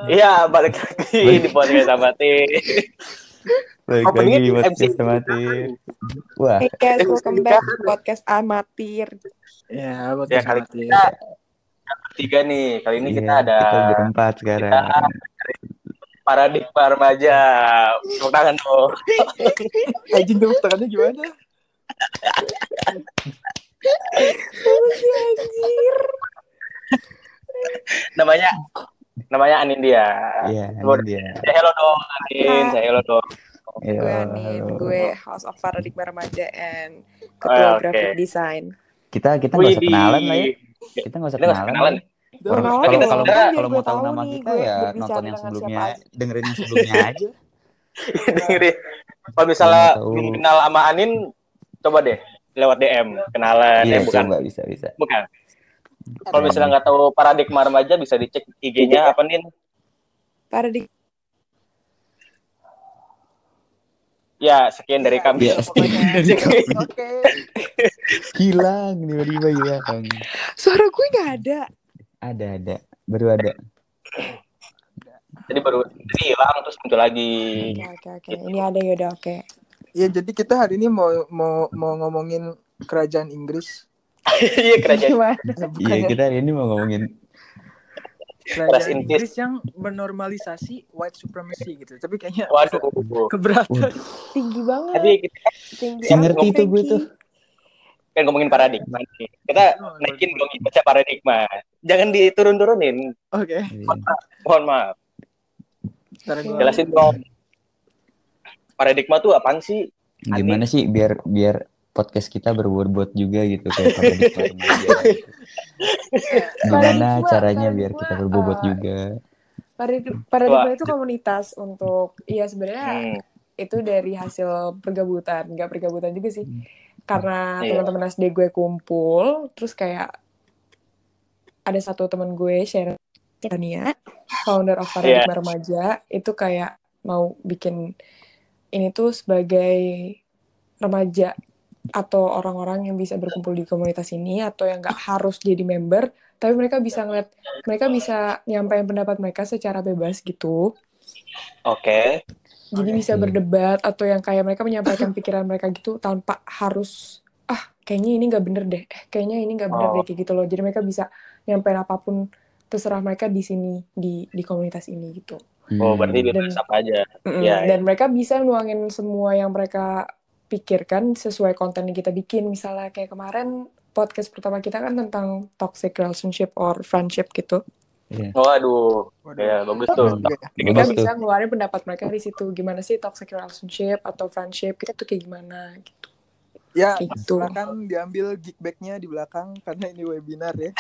Iya, balik lagi di podcast amatir. Balik lagi di podcast amatir. Wah. Hey guys, welcome back to podcast amatir. Ya, Ya, kali amatir. kita tiga nih. Kali ini kita ada kita berempat sekarang. Paradigma Remaja. Tepuk tangan dong. Anjing tepuk tangannya gimana? Anjir. Namanya Anindya. Iya, Anindya. Saya hello dong, Anin. Saya hello dong. Gue Anin, gue House of Paradigma Remaja and Ketua Graphic Design. Kita nggak usah kenalan lah ya. Kita nggak usah kenalan. Kalau mau tahu nama kita ya nonton yang sebelumnya, dengerin yang sebelumnya aja. Dengerin. Kalau misalnya belum kenal sama Anin, coba deh lewat DM kenalan. Iya, bukan. coba bisa. Bukan. Kalau misalnya nggak tahu Paradigma Remaja, bisa dicek IG-nya apa Nin? Paradigma. Ya, sekian dari kami. Ya, Oke. Hilang tiba-tiba hilang. Suara gue nggak ada. Ada. Baru ada. Jadi hilang terus muncul lagi. Oke. Ini ada ya udah oke. Ya, jadi kita hari ini mau ngomongin kerajaan Inggris. Iya, kerajaan. Iya, kita hari ini mau ngomongin kerajaan Inggris yang menormalisasi white supremacy gitu. Tapi kayaknya keberatan. Tinggi banget. Tapi kita ngerti itu gue tuh. Kan ngomongin paradigma nih. Kita naikin dong baca paradigma. Jangan diturun-turunin. Oke. Mohon maaf. Jelasin dong. Paradigma tuh apaan sih? Gimana sih biar podcast kita berbobot juga gitu kayak paradigma. Gimana caranya biar kita berbobot juga? Paradigma itu komunitas untuk sebenarnya itu dari hasil pergabutan, nggak pergabutan juga sih. Karena teman-teman SD gue kumpul, terus kayak ada satu teman gue, Sharon Tania, founder of Paradigma Remaja, itu kayak mau bikin ini tuh sebagai remaja atau orang-orang yang bisa berkumpul di komunitas ini atau yang nggak harus jadi member, tapi mereka bisa nyampaikan pendapat mereka secara bebas gitu. Oke. Jadi bisa berdebat atau yang kayak mereka menyampaikan pikiran mereka gitu tanpa harus kayaknya ini nggak bener deh, kayaknya ini nggak bener deh kayak gitu loh. Jadi mereka bisa nyampaikan apapun terserah mereka di sini di komunitas ini gitu. Oh, berarti bebas apa aja. Dan mereka bisa nuangin semua yang mereka pikirkan sesuai konten yang kita bikin. Misalnya kayak kemarin podcast pertama kita kan tentang toxic relationship or friendship gitu. Waduh, ya bagus tuh. Mereka bisa ngeluarin pendapat mereka di situ. Gimana sih toxic relationship atau friendship kita tuh kayak gimana gitu. Ya, gitu. Silakan diambil gig-bag-nya di belakang karena ini webinar ya.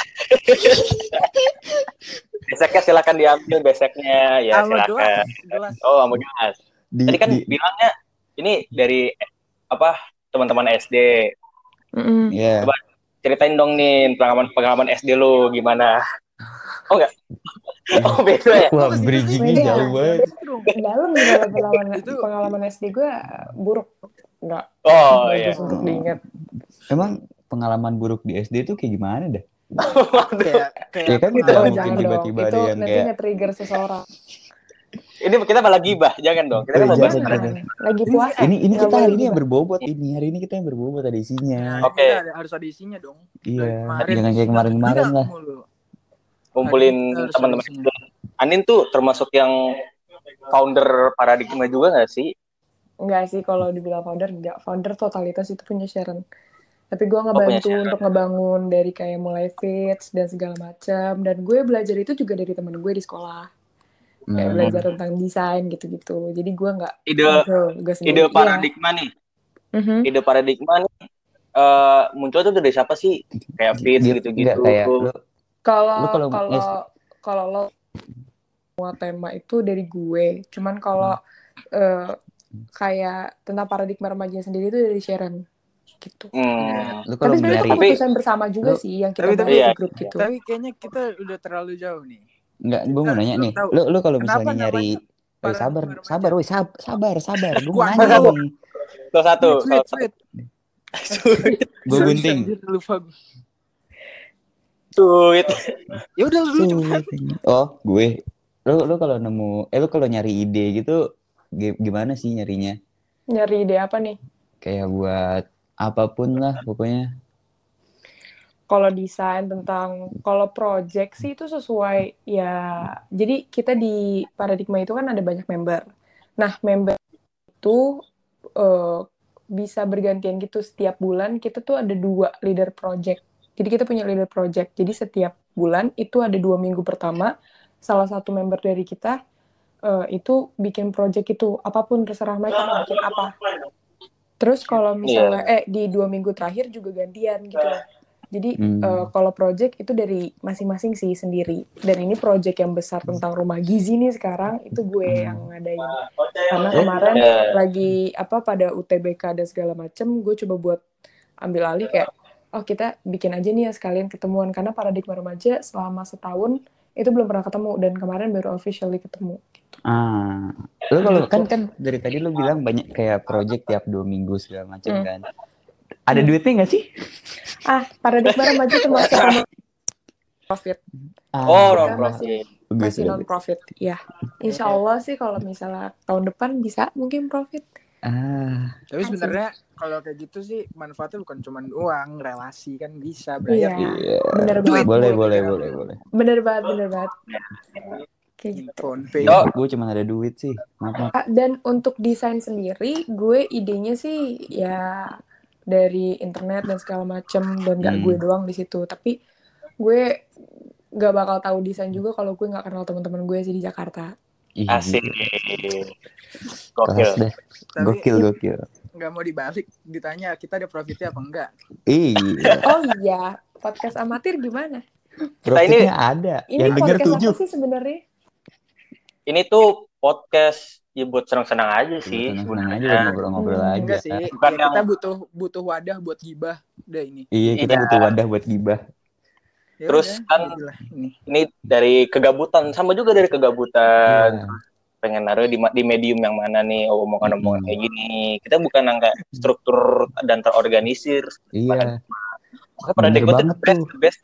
Beseknya silakan diambil beseknya ya silakan. Gelas. Oh, sama gelas. Tadi kan bilangnya ini dari teman-teman SD. Coba ceritain dong nih pengalaman SD lu gimana? Oh enggak? Oh beda ya? Wah, bridging-nya jauh banget. Dalam pengalaman SD gue buruk. Enggak. Oh iya. Untuk diingat. Emang pengalaman buruk di SD itu kayak gimana dah? Kayak kan itu mungkin tiba-tiba ada yang nanti kayak nge-trigger seseorang. Ini kita malah gibah, jangan dong. Kita mau bahas lagi puasa. Ini kita hari ini yang berbobot ini. Hari ini kita yang berbobot ada isinya. Oke. Harus ada isinya dong. Iya. Jangan kayak kemarin-kemarin lah. Kumpulin teman-teman. Anin tuh termasuk yang founder Paradigma juga nggak sih? Enggak sih, kalau dibilang founder enggak. Founder totalitas itu punya Sharon. Tapi gue ngebantu untuk ngebangun dari kayak mulai fits dan segala macam. Dan gue belajar itu juga dari teman gue di sekolah. Kayak belajar tentang desain gitu-gitu. Jadi gue nggak ide paradigma nih. Ide paradigma nih muncul tuh dari siapa sih? Kayak fits gitu-gitu. Kalau lo semua tema itu dari gue. Cuman kalau kayak tentang paradigma remaja sendiri itu dari Sharon gitu. Tapi sebenarnya itu keputusan bersama juga sih yang kita bahas di grup gitu. Tapi kayaknya kita udah terlalu jauh nih. Enggak, gue mau nanya nih. Lu kalau misalnya nyari sabar. Gue mau nanya nih. Satu. Gue gunting. Tweet. Ya udah lu cepat. Oh, gue Lu kalau lu kalau nyari ide gitu gimana sih nyarinya? Nyari ide apa nih? Kayak buat apapun lah pokoknya. Kalau desain kalau project sih itu sesuai ya. Jadi kita di Paradigma itu kan ada banyak member. Nah, member itu bisa bergantian gitu setiap bulan. Kita tuh ada 2 leader project. Jadi kita punya leader project. Jadi setiap bulan itu ada 2 minggu pertama. Salah satu member dari kita itu bikin project itu. Apapun terserah mereka mau bikin apa. Terus kalau misalnya di 2 minggu terakhir juga gantian gitu. Jadi kalau project itu dari masing-masing sih sendiri. Dan ini project yang besar tentang rumah gizi nih sekarang itu gue yang ngadain. Karena kemarin lagi pada UTBK dan segala macem, gue coba buat ambil alih kayak kita bikin aja nih ya sekalian ketemuan, karena Paradigma Remaja selama setahun itu belum pernah ketemu dan kemarin baru officially ketemu. Gitu. Lu kalau kan dari tadi lu bilang banyak kayak project tiap 2 minggu segala macam kan. Ada duitnya nggak sih? Paradigma Remaja termasuk profit. Non-profit. Masih non-profit, ya. Insya Allah sih kalau misalnya tahun depan bisa mungkin profit. Tapi sebenarnya kalau kayak gitu sih manfaatnya bukan cuma uang, relasi kan bisa bayar. Iya. Bener banget. Boleh. Bener banget. Kayak gitu. Gue cuma ada duit sih. Maaf. Dan untuk desain sendiri, gue idenya sih ya dari internet dan segala macem, dan gak gue doang di situ. Tapi gue gak bakal tahu desain juga kalau gue gak kenal teman-teman gue sih di Jakarta. Asik. Gokil. Gak mau dibalik, ditanya kita ada profitnya apa enggak? Iya. Oh iya, podcast amatir gimana? Profitnya ada. Ini podcast apa sih sebenarnya? Ini tuh podcast ya buat senang-senang aja sih. Senang-senang aja buat ngobrol-ngobrol aja. Enggak sih, kita butuh wadah buat gibah. Udah ini. Iya, kita butuh wadah buat gibah. Ya terus udah, kan ini dari kegabutan, sama juga dari kegabutan. Pengen naruh di medium yang mana nih, omongan-omongan kayak gini. Kita bukan angka struktur dan terorganisir. Iya. Paradigma tuh the best.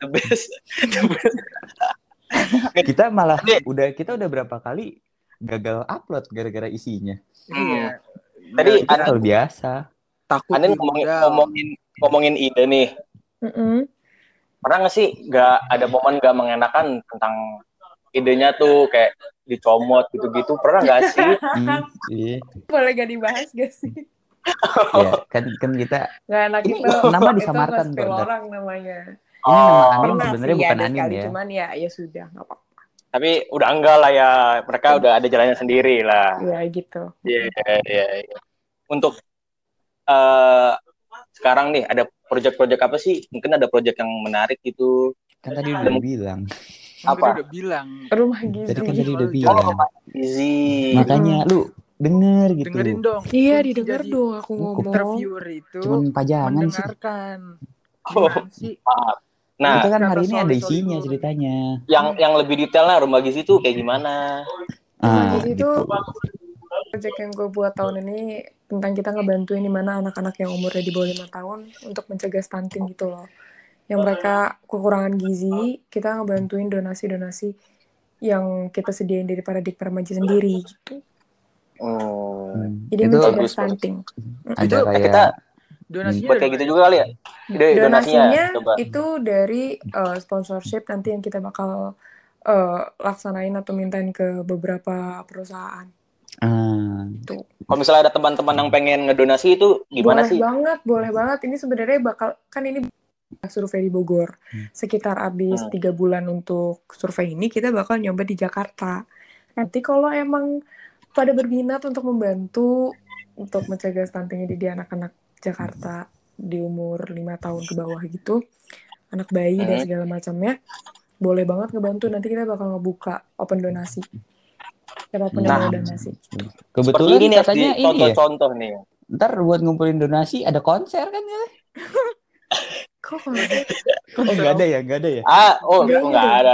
Kita udah berapa kali gagal upload gara-gara isinya. Iya. Tadi hal biasa. Takut Anin ngomongin ide nih. Pernah nggak sih nggak ada momen nggak mengenakan tentang idenya tuh kayak dicomot gitu-gitu, pernah nggak sih? Iya. Boleh gak dibahas gak sih? Ya kan kita nggak enak ini itu nama disamarkan itu orang namanya. Ini nama Anin sebenarnya bukan Anin ya. Cuman ya sudah nggak apa-apa. Tapi udah enggak lah ya, mereka udah ada jalannya sendiri lah. Iya gitu. Iya. Untuk sekarang nih ada proyek-proyek apa sih? Mungkin ada proyek yang menarik gitu. Kan tadi udah bilang. Apa? Udah bilang. Rumah gizi. Tadi kan udah bilang. Rumah gizi. Makanya lu denger gitu. Dengerin dong. Iya, didengar dong aku ngomong. Interviewer itu cuman pajangan mendengarkan. sih. Nah, itu kan hari ini ada isinya ceritanya. Yang lebih detailnya rumah gizi itu kayak gimana? Rumah gizi itu proyek yang gue buat tahun ini tentang kita ngebantuin di mana anak-anak yang umurnya di bawah 5 tahun untuk mencegah stunting gitu loh. Yang mereka kekurangan gizi, kita ngebantuin donasi-donasi yang kita sediain dari Paradigma Remaja sendiri gitu. Jadi mencegah stunting. Itu kita donasinya buat kayak gitu juga kali ya? Donasinya itu dari sponsorship nanti yang kita bakal laksanain atau mintain ke beberapa perusahaan. Tuh. Kalau misalnya ada teman-teman yang pengen ngedonasi itu gimana sih? Boleh banget. Ini sebenarnya kan ini survei di Bogor. Sekitar habis 3 bulan untuk survei ini, kita bakal nyoba di Jakarta. Nanti kalau emang pada berminat untuk membantu untuk mencegah stunting di anak-anak Jakarta di umur 5 tahun ke bawah gitu, anak bayi dan segala macamnya, boleh banget ngebantu. Nanti kita bakal ngebuka open donasi. Siapapun yang mau donasi. Kebetulan ini katanya ini contoh nih. Ntar buat ngumpulin donasi ada konser kan ya? Kok konser? Nggak ada ya? Nggak ada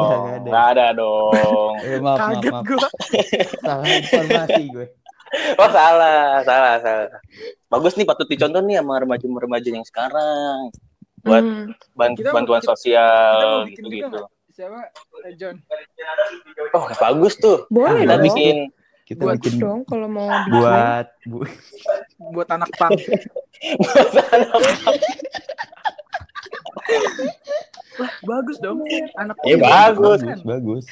dong. Maaf. Salah informasi gue. Oh salah. Bagus nih, patut dicontoh nih sama remaja-remaja yang sekarang buat bantuan sosial gitu. siapa? John. Oh, bagus tuh. Boleh Kita dong. Kita buat bikin dong kalau mau bikin. Buat anak pang. Wah, bagus dong. Anak pang. Bagus.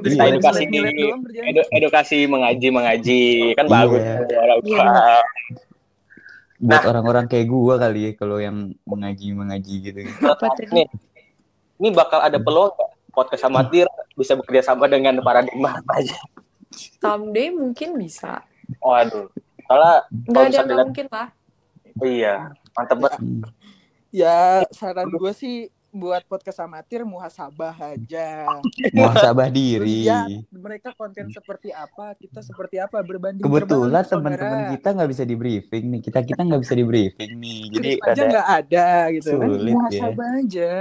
Edukasi mengaji kan bagus. Iya. Buat orang-orang kayak gua kali ya, kalau yang mengaji gitu. Apa tadi? Ini bakal ada peluang nggak podcast amatir bisa bekerja sama dengan Paradigma aja? Someday mungkin bisa. Waduh, soalnya nggak ada yang mungkin lah. Iya, mantep banget. Ya, saran gue sih buat podcast amatir muhasabah aja. Muhasabah diri. Ya, mereka konten seperti apa, kita seperti apa, berbanding kebetulan teman-teman kita nggak bisa di briefing nih. Kita nggak bisa di briefing nih. Jadi aja nggak ada gitu kan. Muhasabah aja.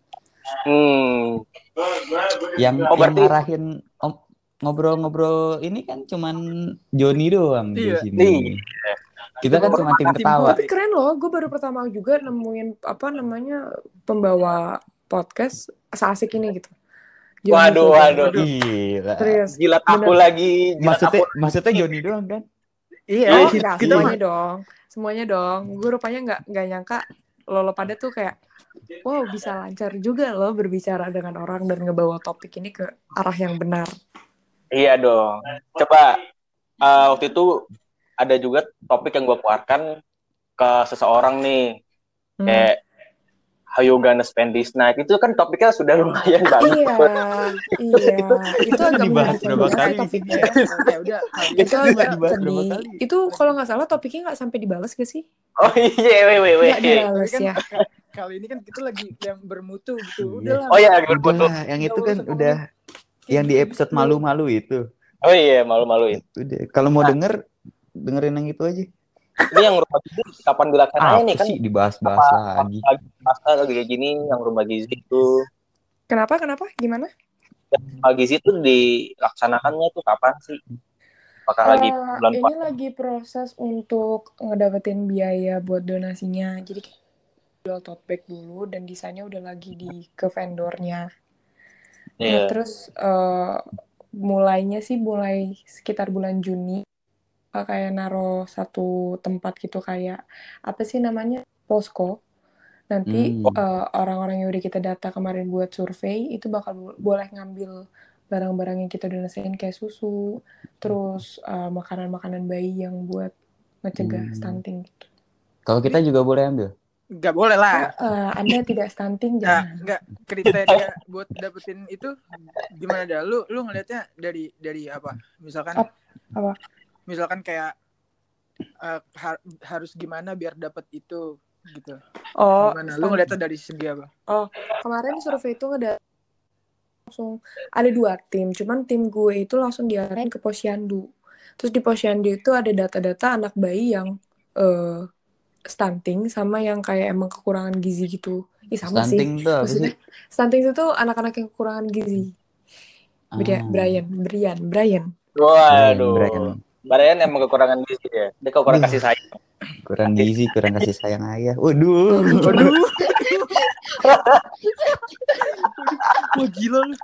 Yang ngarahin ngobrol-ngobrol ini kan cuman Joni doang di sini. Kita kan cuma tim ketawa. Tapi keren loh, gue baru pertama juga nemuin pembawa podcast seasik ini gitu. Waduh. Gila aku lagi. Maksudnya Joni doang kan? Iya. Semuanya dong. Gue rupanya nggak nyangka lo pada tuh kayak, wow bisa lancar juga lo berbicara dengan orang dan ngebawa topik ini ke arah yang benar. Iya dong. Coba waktu itu ada juga topik yang gue keluarkan ke seseorang nih, kayak how you gonna spend this night, itu kan topiknya sudah lumayan banget. Iya. Itu agak dibahas berapa kali topiknya. Ya udah, itu agak sedih. Itu kalau nggak salah topiknya nggak sampai dibalas gak sih? Oh iya, nggak dibalas ya. Kali ini kan kita lagi yang bermutu gitu. Udahlah. Oh iya, bermutu. Yang itu kan udah yang di episode malu-malu itu. Oh iya, malu-maluin. Udah. Kalau mau dengerin yang itu aja. Ini yang rumah gizi kapan dilaksanain nih kan? Sih dibahas-bahas lagi. Lagi kayak gini yang rumah gizi itu. Kenapa? Gimana? Yang rumah gizi itu dilaksanakannya tuh kapan sih? Apakah lagi bulan ini lagi proses untuk ngedapetin biaya buat donasinya. Jadi jual tote bag dulu dan desainnya udah lagi ke vendornya. Nah, terus mulai sekitar bulan Juni kayak naro satu tempat gitu, kayak apa sih namanya, posko. Nanti orang-orang yang udah kita data kemarin buat survei itu bakal boleh ngambil barang-barang yang kita donasiin kayak susu, terus makanan-makanan bayi yang buat ngecegah stunting gitu. Kalau kita juga boleh ambil? Nggak boleh lah. Anda tidak stunting jangan. Nggak, kriteria buat dapetin itu gimana dah? Lu ngelihatnya dari apa? Misalkan apa? Misalkan kayak harus gimana biar dapat itu gitu. Gimana? Lu ngeliatnya dari segi apa? Kemarin survei itu langsung ada 2 tim, cuman tim gue itu langsung diarahin ke Posyandu. Terus di Posyandu itu ada data-data anak bayi yang stunting sama yang kayak emang kekurangan gizi gitu. Sama stunting sih. Maksudnya stunting itu anak-anak yang kekurangan gizi. Brian. Waduh. Brian emang kekurangan gizi ya. Dia kekurangan kasih sayang. Kurang gizi, kurang kasih sayang ayah. Waduh. Wah, gila lu.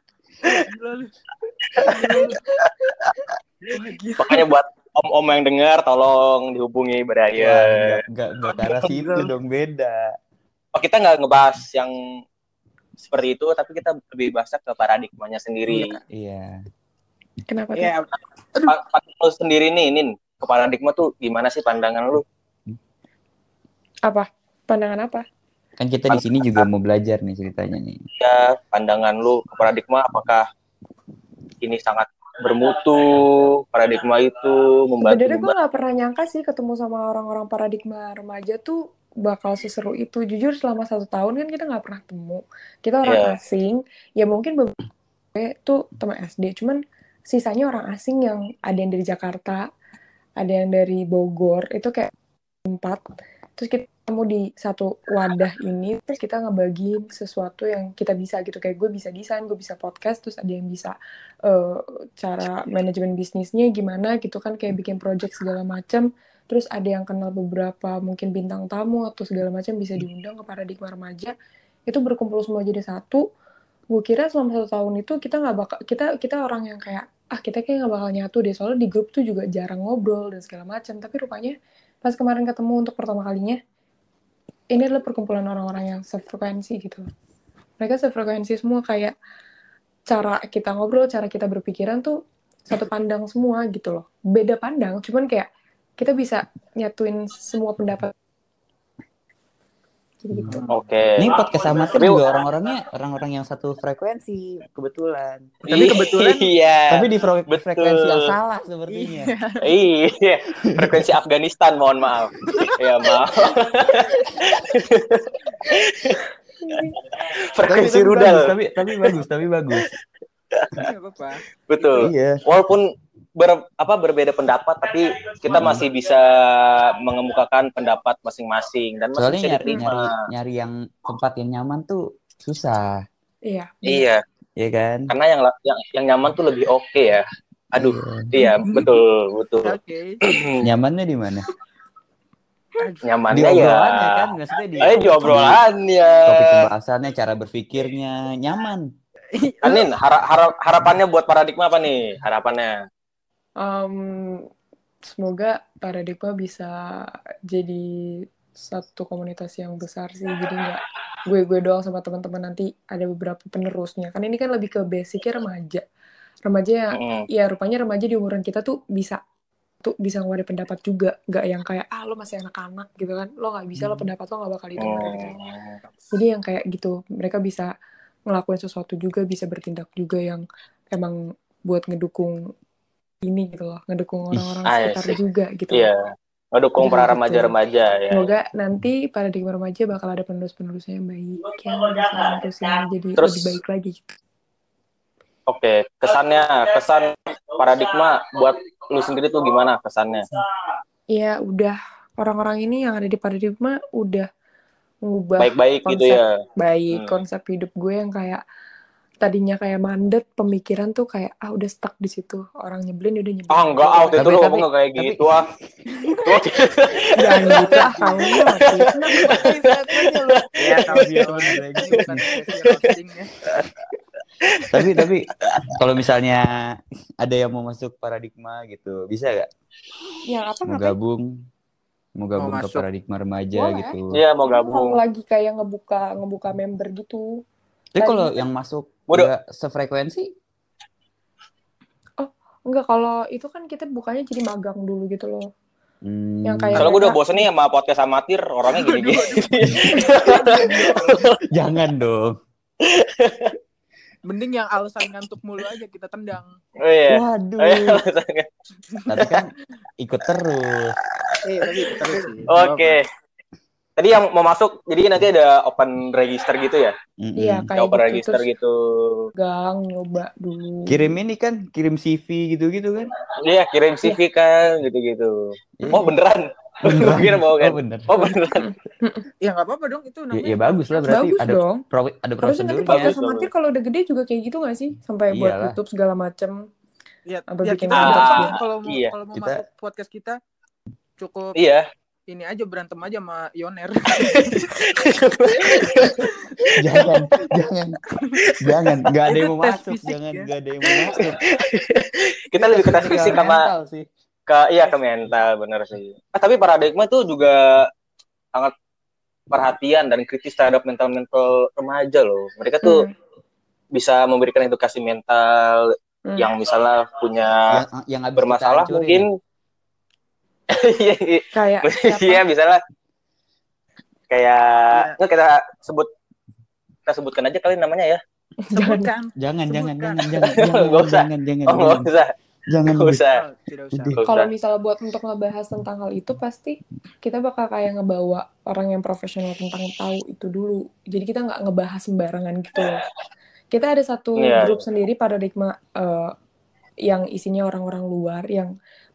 Makanya buat om-om yang dengar tolong dihubungi Brian. Enggak ke arah situ dong, beda. Kita nggak ngebahas yang seperti itu, tapi kita lebih bahas ke paradigmanya sendiri. Iya. Kenapa tuh? Ya, lu sendiri nih, Nin, ke paradigma tuh gimana sih pandangan lu? Apa? Pandangan apa? Kan kita di sini juga mau belajar nih ceritanya nih. Ya, pandangan lu ke paradigma, apakah ini sangat bermutu, paradigma itu membantu? Sebenarnya gue nggak pernah nyangka sih ketemu sama orang-orang paradigma remaja tuh bakal seseru itu. Jujur selama 1 tahun kan kita nggak pernah temu. Kita orang asing, ya mungkin beberapa tuh teman SD, cuman sisanya orang asing yang ada yang dari Jakarta, ada yang dari Bogor, itu kayak 4. Terus kita ketemu di satu wadah ini, terus kita ngebagiin sesuatu yang kita bisa gitu. Kayak gue bisa desain, gue bisa podcast, terus ada yang bisa cara manajemen bisnisnya gimana gitu kan, kayak bikin project segala macam. Terus ada yang kenal beberapa mungkin bintang tamu atau segala macam bisa diundang ke paradigma remaja. Itu berkumpul semua jadi satu, gue kira selama 1 tahun itu kita nggak bakal, kita orang yang kayak kita kayak nggak bakal nyatu deh, soalnya di grup tuh juga jarang ngobrol dan segala macam. Tapi rupanya pas kemarin ketemu untuk pertama kalinya, ini adalah perkumpulan orang-orang yang sefrekuensi gitu. Mereka sefrekuensi semua, kayak cara kita ngobrol, cara kita berpikiran tuh satu pandang semua gitu loh. Beda pandang, cuman kayak kita bisa nyatuin semua pendapat. Gitu. Oke. Ini podcast amatir juga orang-orangnya yang satu frekuensi kebetulan. Tapi kebetulan tapi di frekuensi yang salah sepertinya. Iya. Frekuensi Afghanistan, mohon maaf. Ya, maaf. Frekuensi rudal. Tapi bagus. Enggak apa-apa. Betul. Iya. Walaupun berbeda pendapat, tapi kita masih bisa mengemukakan pendapat masing-masing dan masih bisa diterima. Nyari yang tempat yang nyaman tuh susah. Iya. Iya kan? Karena yang nyaman tuh lebih oke ya. Aduh, iya betul. Oke. Nyamannya di mana? Nyamannya di ya. Kan? Maksudnya di obrolannya. Topik pembahasannya, cara berpikirnya nyaman. Anin, harapannya buat Paradigma apa nih? Harapannya? Semoga Paradigma bisa jadi satu komunitas yang besar sih. Jadi nggak gue doang sama teman-teman, nanti ada beberapa penerusnya. Kan ini kan lebih ke basicnya remaja ya rupanya remaja di umuran kita tuh bisa ngeluarin pendapat juga, nggak yang kayak lo masih anak-anak gitu kan, lo nggak bisa, lo pendapat lo nggak bakal didengar gitu. Jadi yang kayak gitu, mereka bisa ngelakuin sesuatu juga, bisa bertindak juga yang emang buat ngedukung ini gitu loh, ngedukung orang-orang sekitar juga gitu. Iya, ngedukung para remaja-remaja ya. Semoga nanti Paradigma Remaja bakal ada penerus-penerusnya yang baik, yang bisa nerusin ini jadi lebih baik lagi gitu. Oke, kesan Paradigma buat lu sendiri tuh gimana kesannya? Iya, udah orang-orang ini yang ada di Paradigma udah ngubah baik-baik konsep, gitu ya. Konsep hidup gue yang kayak tadinya kayak mandet, pemikiran tuh kayak udah stuck di situ, orang nyebelin udah nyebelin. Enggak, waktu itu lu ngomong kayak gitu Jangan gitu kamu ya kalau tapi kalau misalnya ada yang mau masuk Paradigma gitu, bisa gak? Ya, mau gabung ke Paradigma Remaja gitu. Iya, mau gabung. Mau lagi kayak ngebuka member gitu. Tapi kalau yang masuk udah sefrekuensi? Enggak, kalau itu kan kita bukannya jadi magang dulu gitu loh. Yang kayak kalau gue udah bosen nih sama podcast amatir, orangnya gini-gini. Jangan dong. Mending yang alasan ngantuk mulu aja kita tendang. Oh, iya. Waduh. Tapi kan ikut terus. Oke. Tadi yang mau masuk, jadi nanti ada open register gitu ya? Iya, kayak open register gitu. Gang, nyoba dulu. Kirim ini kan, kirim CV gitu-gitu kan? Iya, kirim CV kan, gitu-gitu. Oh, beneran? Kira mau kan? Oh, beneran. Ya nggak apa-apa dong, itu namanya. Ya bagus lah, berarti bagus ada dong. Ada prosedurnya. Nanti podcast amatir kalau udah gede juga kayak gitu nggak sih? Sampai buat YouTube segala macem. Iya, bikin kalau mau masuk podcast kita cukup. Iya. Ini aja berantem aja sama Yoner. jangan, nggak ada yang mau masuk, nggak ada yang mau masuk. Kita lebih ke tes fisik sama ke mental, bener sih. Tapi Paradigma tuh juga sangat perhatian dan kritis terhadap mental remaja loh. Mereka tuh bisa memberikan edukasi mental yang misalnya punya yang bermasalah mungkin. Kayak iya misalnya kayak kita sebutkan aja kali namanya ya. Jangan. Jangan usah. Kalau misalnya buat untuk ngebahas tentang hal itu, pasti kita bakal kayak ngebawa orang yang profesional tentang tahu itu dulu. Jadi kita nggak ngebahas sembarangan gitu loh. Kita ada satu grup sendiri Paradigma yang isinya orang-orang luar yang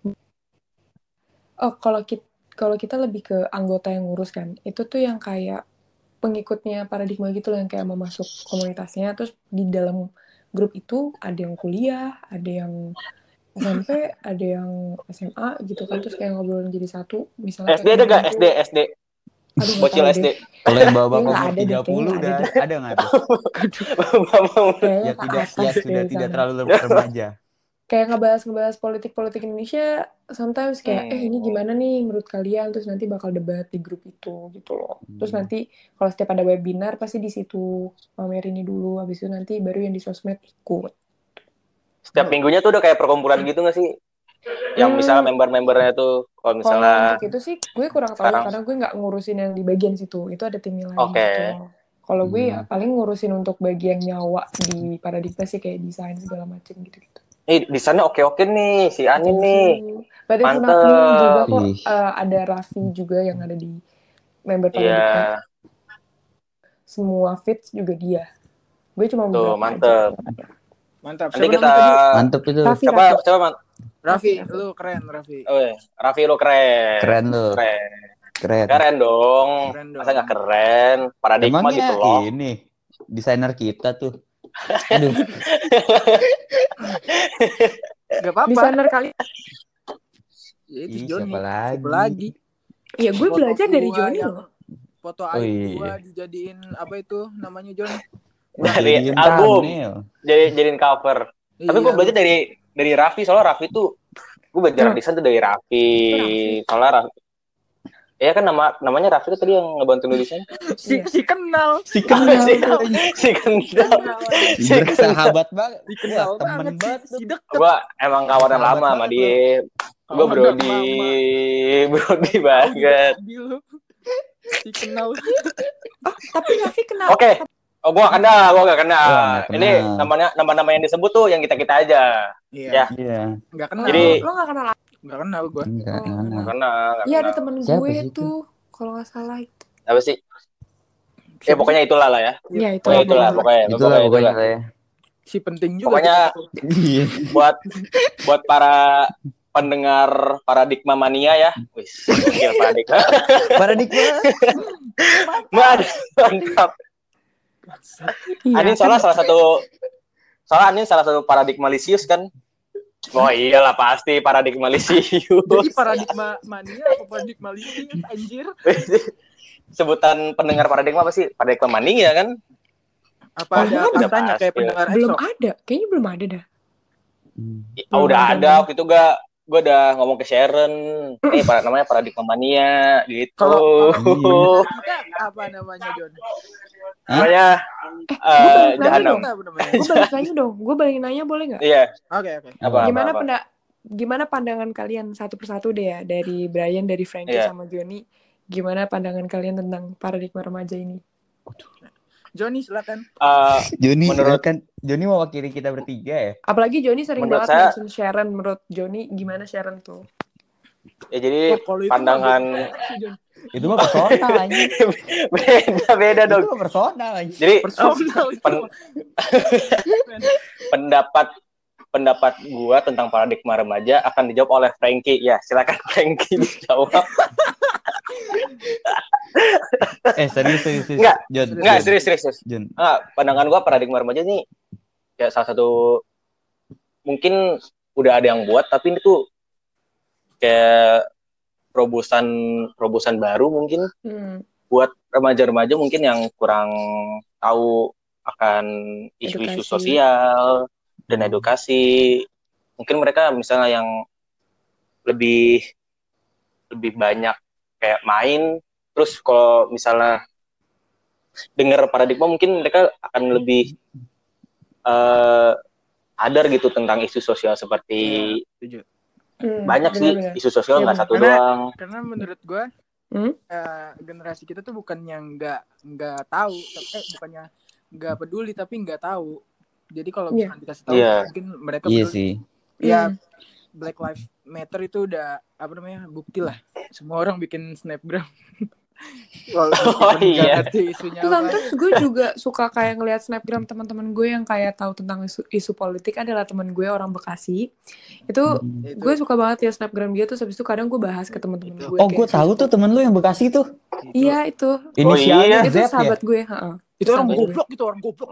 kalau kita lebih ke anggota yang ngurus kan, itu tuh yang kayak pengikutnya Paradigma gitu loh, yang kayak mau masuk komunitasnya. Terus di dalam grup itu ada yang kuliah, ada yang SMP, ada yang SMA gitu kan, terus kayak ngobrolin jadi satu. Misalnya SD ada gak? SD? Bocil SD. Kalau yang bawa umur 30 udah ada nggak tuh? Ya sudah tidak terlalu remaja. Kayak ngebahas politik Indonesia, sometimes kayak ini gimana nih menurut kalian, terus nanti bakal debat di grup itu gitu loh. Terus nanti kalau setiap ada webinar pasti di situ pamerin ini dulu, habis itu nanti baru yang di sosmed ikut. Setiap minggunya tuh udah kayak perkumpulan gitu nggak sih? Yang misalnya member-membernya tuh kalau misalnya untuk itu sih gue kurang tahu karena gue nggak ngurusin yang di bagian situ, itu ada timnya lagi gitu. Kalau gue ya paling ngurusin untuk bagian nyawa di Paradigma sih, kayak desain segala macam gitu-gitu. Desainnya oke nih si Anin nih. Mantep. Juga kok ada Raffi juga yang ada di member Paradigma. Semua fits juga dia. Gue cuma beberapa mantep. aja. Mantap. Nanti kita mantep itu. Siapa Raffi, lu keren Raffi. Raffi lu keren. Keren dong. Masa nggak keren? Paradigma emangnya gitu loh. Ini desainer kita tuh. Aduh. Gak apa-apa. Desainer kali. Siapa lagi? Iya, gue belajar dari Joni loh. Foto gua dijadiin apa itu namanya Jon? Dari album. Jadiin cover. Tapi gue belajar dari Raffi, soalnya Raffi tuh gue belajar desain tuh dari Raffi. Soalnya Raffi. Ya kan namanya Raffi tuh tadi yang ngebantu nulis desain. Si kenal. Bersahabat banget. Dikenal temen banget. Gue emang kawan yang lama sama dia. Gue Brody banget. Dikenal. Tapi Raffi kenal. Oke. Gue gak kenal. Ini nama-nama yang disebut tuh yang kita aja. Iya. Gak kenal. Jadi lo gak kenal? Gak kenal gue. Gak kenal. Iya, ada temen gue tuh, kalau gak salah itu. Apa sih? Ya pokoknya itulah lah ya. Iya, itulah pokoknya lah ya. Si penting juga. Pokoknya buat para pendengar Paradigma Mania ya. Wis, Paradigma. Mantap. Anin salah satu Paradigma Lisius kan? Oh iyalah pasti Paradigma Lisius. Jadi Paradigma Mania apa Paradigma Lisius anjir? Sebutan pendengar Paradigma apa sih? Paradigma Mania kan? Apa ada katanya kayak pendengar belum ada, kayaknya belum ada dah. Udah ada waktu itu gue udah ngomong ke Sharon, ini namanya Paradigma Mania gitu. Kalau apa namanya Jon? Namanya Jahanam. Gue balik nanya boleh nggak? Iya. Oke. Gimana pandangan kalian satu persatu deh ya, dari Brian, dari Frankie sama Joni, gimana pandangan kalian tentang Paradigma Remaja ini? Joni silakan. Joni mewakili kita bertiga ya. Apalagi Joni sering banget mention Sharon. Menurut Joni gimana Sharon tuh? Ya jadi pandangan itu mah personal aja. Beda dong. Itu mah personal aja. Jadi pendapat gua tentang Paradigma Remaja akan dijawab oleh Frankie. Ya, silakan Frankie dijawab. Serius. Serius. Pandangan gua Paradigma Remaja ini ya salah satu, mungkin udah ada yang buat tapi ini tuh kayak terobosan baru mungkin buat remaja-remaja mungkin yang kurang tahu akan isu-isu sosial dan edukasi. Mungkin mereka misalnya yang lebih banyak kayak main, terus kalau misalnya dengar Paradigma mungkin mereka akan lebih sadar gitu tentang isu sosial seperti banyak sih isu sosial, nggak satu doang. Karena menurut gue generasi kita tuh bukan yang nggak tahu, bukannya nggak peduli tapi nggak tahu. Jadi kalau misalkan dikasih tahu mungkin mereka peduli. Sih. Ya Black Lives Matter itu udah bukti lah. Semua orang bikin snapgram. Terus gue juga suka kayak ngelihat snapgram teman-teman gue yang kayak tahu tentang isu politik. Adalah teman gue orang Bekasi. Itu gue suka banget ya snapgram dia tuh. Habis itu kadang gue bahas ke teman-teman gue. Oh, gue tahu tuh temen lu yang Bekasi tuh. Iya itu. Inisialnya itu Z sahabat ya? gue. Itu orang goblok gitu, orang goblok.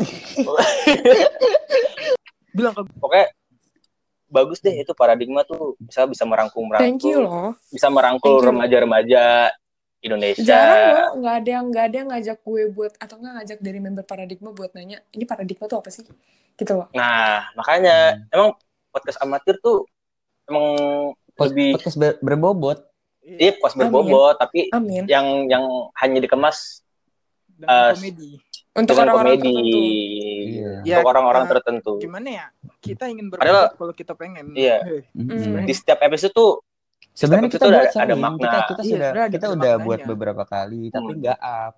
Bilang ke pokoknya bagus deh itu Paradigma tuh bisa merangkul. Thank you loh. Bisa merangkul remaja-remaja Indonesia. Jarang loh, nggak ada yang ngajak gue buat atau nggak ngajak dari member Paradigma buat nanya ini Paradigma tuh apa sih, gitu loh. Nah makanya emang podcast amatir tuh emang lebih podcast berbobot. Iya, podcast berbobot, tapi yang hanya dikemas dengan komedi. Untuk orang-orang tertentu. Iya. Untuk orang-orang tertentu. Gimana ya? Kita ingin berbobot kalau kita pengen. Iya. Di setiap episode tuh sebenarnya kita buat ada makna. Kita udah buat beberapa kali, tapi nggak up.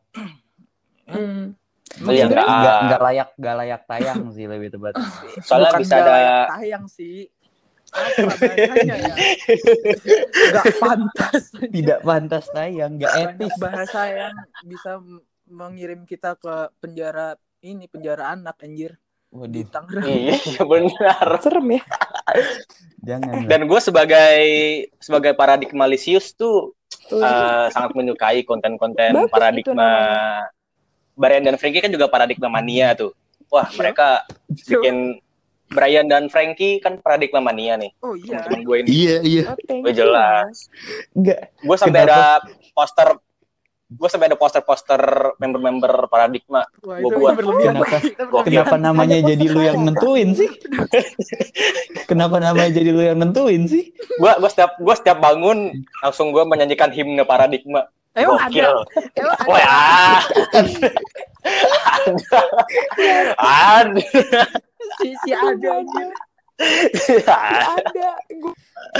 Nggak layak tayang sih lebih tepat. Soalnya bukan bisa ada tayang sih. Apa bahasanya ya? Nggak pantas. Tidak pantas tayang, nggak etis. Bahasa yang bisa mengirim kita ke penjara anak anjir. Di Tangerang. Iya benar. Serem ya. Jangan. Dan gue sebagai paradigmalisius tuh sangat menyukai konten-konten paradigma. Brian dan Frankie kan juga paradigma mania tuh. Wah mereka bikin Brian dan Frankie kan paradigma mania nih. Oh iya. Temen gue ini. Iya. Gue jelas. Enggak. Gue sampai ada poster member-member paradigma. Gue buat. Kenapa namanya jadi lu yang nentuin sih? Kenapa namanya jadi lu yang nentuin sih? Gue setiap bangun langsung gue menyanyikan himne paradigma. Emang ada. Oh ya. Ada. Si ada aja. Ada. Gue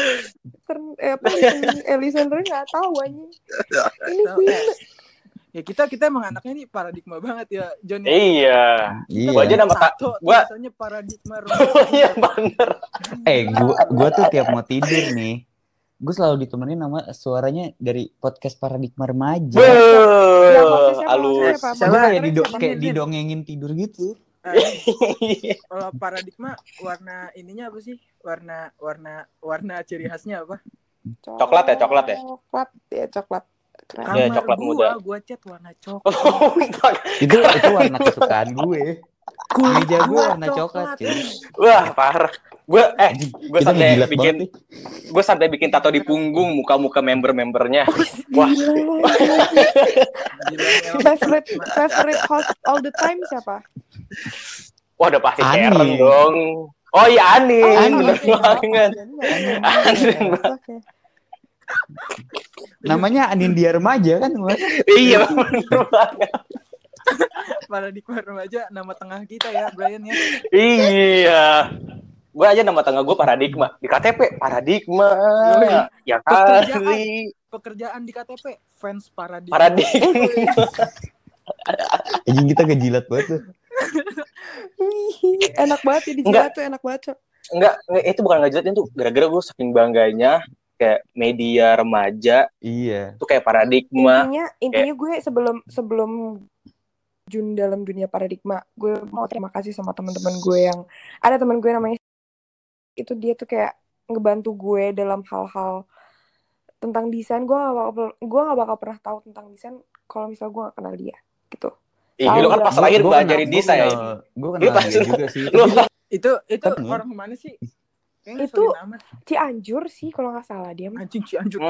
listener nggak tahu aja. Ini ya kita emang anaknya nih paradigma banget ya John. Iya. Gua aja nama biasanya paradigma. Iya benar. Gua tuh tiap mau tidur nih, gue selalu ditemenin sama suaranya dari podcast Paradigma Remaja. Halus. Kayak didongengin tidur gitu. Kalau Paradigma warna ininya apa sih? Warna ciri khasnya apa? Coklat ya. Coklat. Iya, coklat muda. Gua cat warna coklat. itu warna kesukaan gue. Meja gue warna coklat, cuy. Wah, parah. Gue sampai bikin tato di punggung muka-muka member-membernya. Wah. favorite host all the time siapa? Wah, udah pasti Karen dong. Oh iya, Anin. Bener banget. Namanya Anin dia remaja kan, Mas? Iya, bener banget. Paradigma Remaja nama tengah kita ya, Brian ya. Iya. Gue aja nama tengah gue Paradigma. Di KTP Paradigma. Ya kali. Pekerjaan di KTP fans Paradigma. Anjing kita kejilat banget tuh. Enak banget ya dijilat tuh, enak banget. Enggak, itu bukan ngejilat itu gara-gara gue saking bangganya kayak media remaja. Iya. Itu kayak Paradigma. Intinya gue sebelum Jun dalam dunia Paradigma, gue mau terima kasih sama teman-teman gue yang ada teman gue namanya itu, dia tuh kayak ngebantu gue dalam hal-hal tentang desain. Gue nggak bakal pernah tahu tentang desain kalau misal gue nggak kenal dia gitu. Lu kan pas lahir belajarin desain. Gue kenal dia juga sih. Itu orang kemana sih? Itu Cianjur sih kalau nggak salah dia. Anjing Cianjur.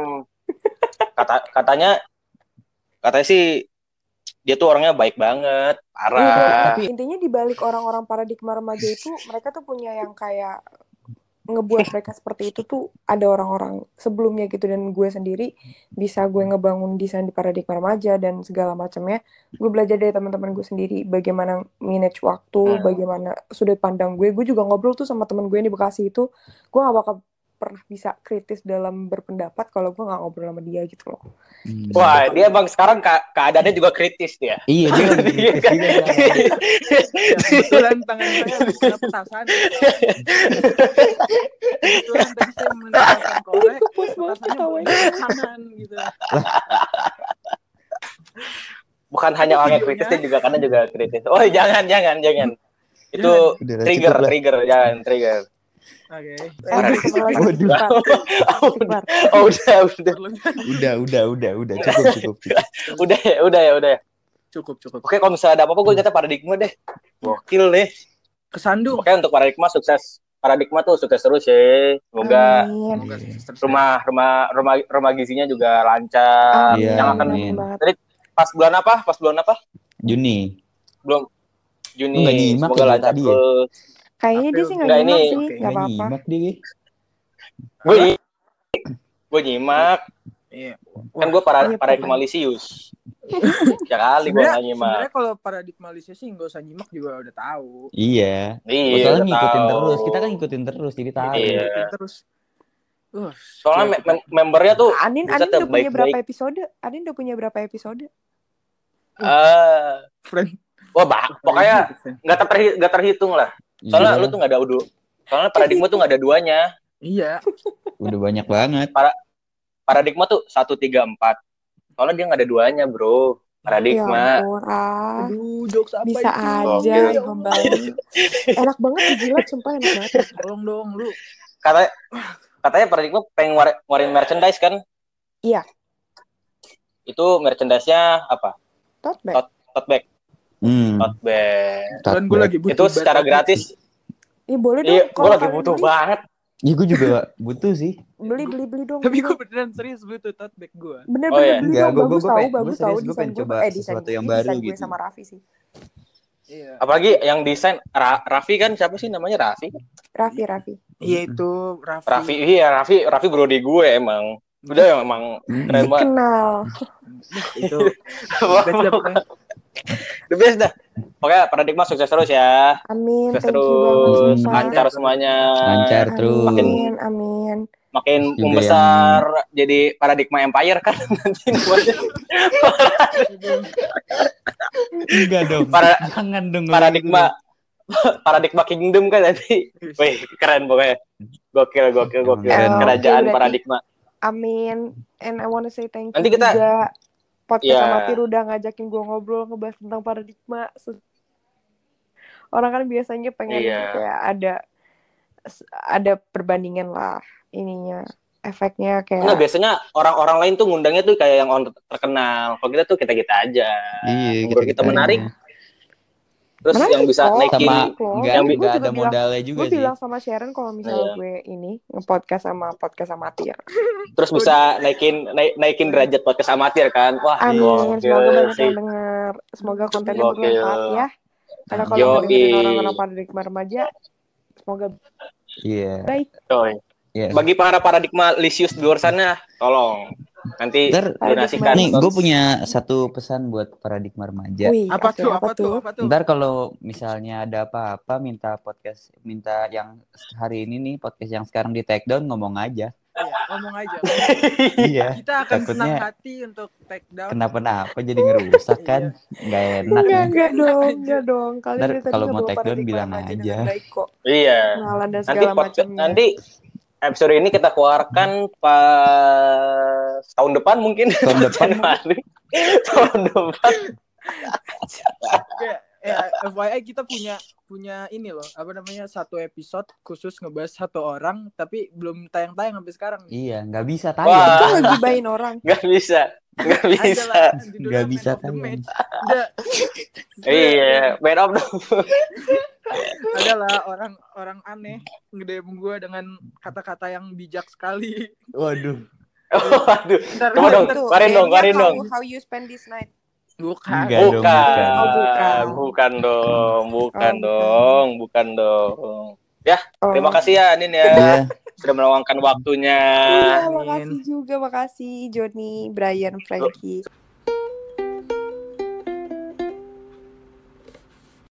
Katanya sih dia tuh orangnya baik banget, parah. Tapi intinya di balik orang-orang Paradigma Remaja itu, mereka tuh punya yang kayak ngebuat mereka seperti itu tuh ada orang-orang sebelumnya gitu, dan gue sendiri bisa gue ngebangun desain di Paradigma Remaja dan segala macamnya. Gue belajar dari teman-teman gue sendiri bagaimana manage waktu, bagaimana sudut pandang gue. Gue juga ngobrol tuh sama teman gue yang di Bekasi itu. Gue gak bakal pernah bisa kritis dalam berpendapat kalau gue nggak ngobrol sama dia gitu loh. Wah, dia bang sekarang keadaannya juga kritis dia. Iya, dia lagi kritis juga. Kebetulan tangan saya kena petasan. Kebetulan tadi saya menemukan korek, petasannya kanan gitu. Bukan hanya orang yang kritis, juga karena juga kritis. Oh, jangan. Itu trigger, jangan trigger. Oke. Udah. Cukup. Udah ya. Cukup. Oke, kalau misalnya ada apa-apa gue kata Paradigma deh. Gokil nih. Kesandung. Oke, untuk Paradigma sukses Paradigma tuh sukses terus ya. Semoga rumah gizinya juga lancar. Yang akan tadi pas bulan apa? Juni. Belum. Juni. Semoga lancar terus. Kayaknya dia sih nggak nyimak sih, nggak apa-apa. Gue nyimak. Iya. Kan gue Paradigmalisius. Ya kali gue nggak nyimak. Sebenarnya kalau Paradigmalisius sih nggak usah nyimak juga udah tahu. Iya. Soalnya ngikutin terus. Kita kan ngikutin terus, jadi tahu. Iya. Terus. Soalnya membernya tuh Anin udah punya berapa episode? Anin udah punya berapa episode? Pokoknya nggak terhitung lah. Soalnya lu tuh nggak ada soalnya Paradigma tuh nggak ada duanya. Iya. Udah banyak banget. Paradigma tuh 1, 3, 4. Soalnya dia nggak ada duanya, bro. Paradigma. Ya ampun, aduh, jokes apa bisa itu? aja kembali. Enak banget dijilat, sumpah enak banget. Tolong dong lu. Katanya Paradigma pengen ngeluarin merchandise kan? Iya. Itu merchandise-nya apa? Tote bag. Tote bag. Tote bag. Dan gue lagi butuh. Itu secara gratis. Iya boleh dong. Gue lagi butuh banget. Iya gue juga butuh sih. Beli dong. Tapi gue beneran serius butuh tote bag gue. Bener beli dong. Bagus tahu gue pengen coba sesuatu yang baru gitu. Sama Raffi sih. Iya. Apalagi yang desain Raffi kan, siapa sih namanya Raffi? Raffi. Iya itu Raffi. Raffi brodi gue emang. Udah emang keren banget. Kenal. Itu. The best dah. Pokoknya Paradigma sukses terus ya. Amin. Sukses terus. Lancar semuanya. Lancar terus. Amin. Makin membesar jadi Paradigma Empire kan nanti namanya. Enggak dong. Jangan dong. Paradigma Kingdom kan nanti. Wih, keren pokoknya. Gokil. Kerajaan Paradigma. Amin. And I wanna say thank you nanti kita juga podcast amatir udah ngajakin gue ngobrol ngebahas tentang Paradigma. Orang kan biasanya pengen kayak ada perbandingan lah ininya, efeknya kayak. Enggak, biasanya orang-orang lain tuh ngundangnya tuh kayak yang terkenal. Kalau kita tuh kita aja. Iya, menurut kita menarik. Terus yang bisa naikin yang nggak ada modalnya juga sih. Gue bilang sama Sharon kalau misalnya gue ini nge-podcast sama podcast amatir. Terus bisa naikin derajat podcast amatir kan. Wah, amin. Semoga banyak yang dengar. Semoga kontennya bermanfaat ya. Karena kalau dengerin orang-orang Paradigma remaja, semoga baik. Bagi para Paradigma Lisius di luar sana, tolong nanti donasikan. Nih, gue punya satu pesan buat Paradigma remaja. Apa tuh? Ntar kalau misalnya ada apa-apa minta yang hari ini nih podcast yang sekarang di take down ngomong aja. Iya, ngomong aja. Iya. Kita akan senang hati untuk take down. Kenapa jadi ngerusak kan? Nggak enak. Enggak dong. Ntar kalau mau take down bilang aja. Iya. Nanti episode ini kita keluarkan pas tahun depan mungkin. Tahun depan. FYI kita punya ini loh, satu episode khusus ngebahas satu orang tapi belum tayang sampai sekarang. Iya, nggak bisa tayang. Itu lagi bayin orang. Nggak bisa tayang. Iya, main up dong. Adalah orang aneh nge-DM gue dengan kata-kata yang bijak sekali. Waduh. Coba dong, keluarin dong. How you spend this night? Bukan dong. Ya, terima kasih ya Anin ya. Sudah meluangkan waktunya. Makasih juga, makasih Joni, Brian, Frankie.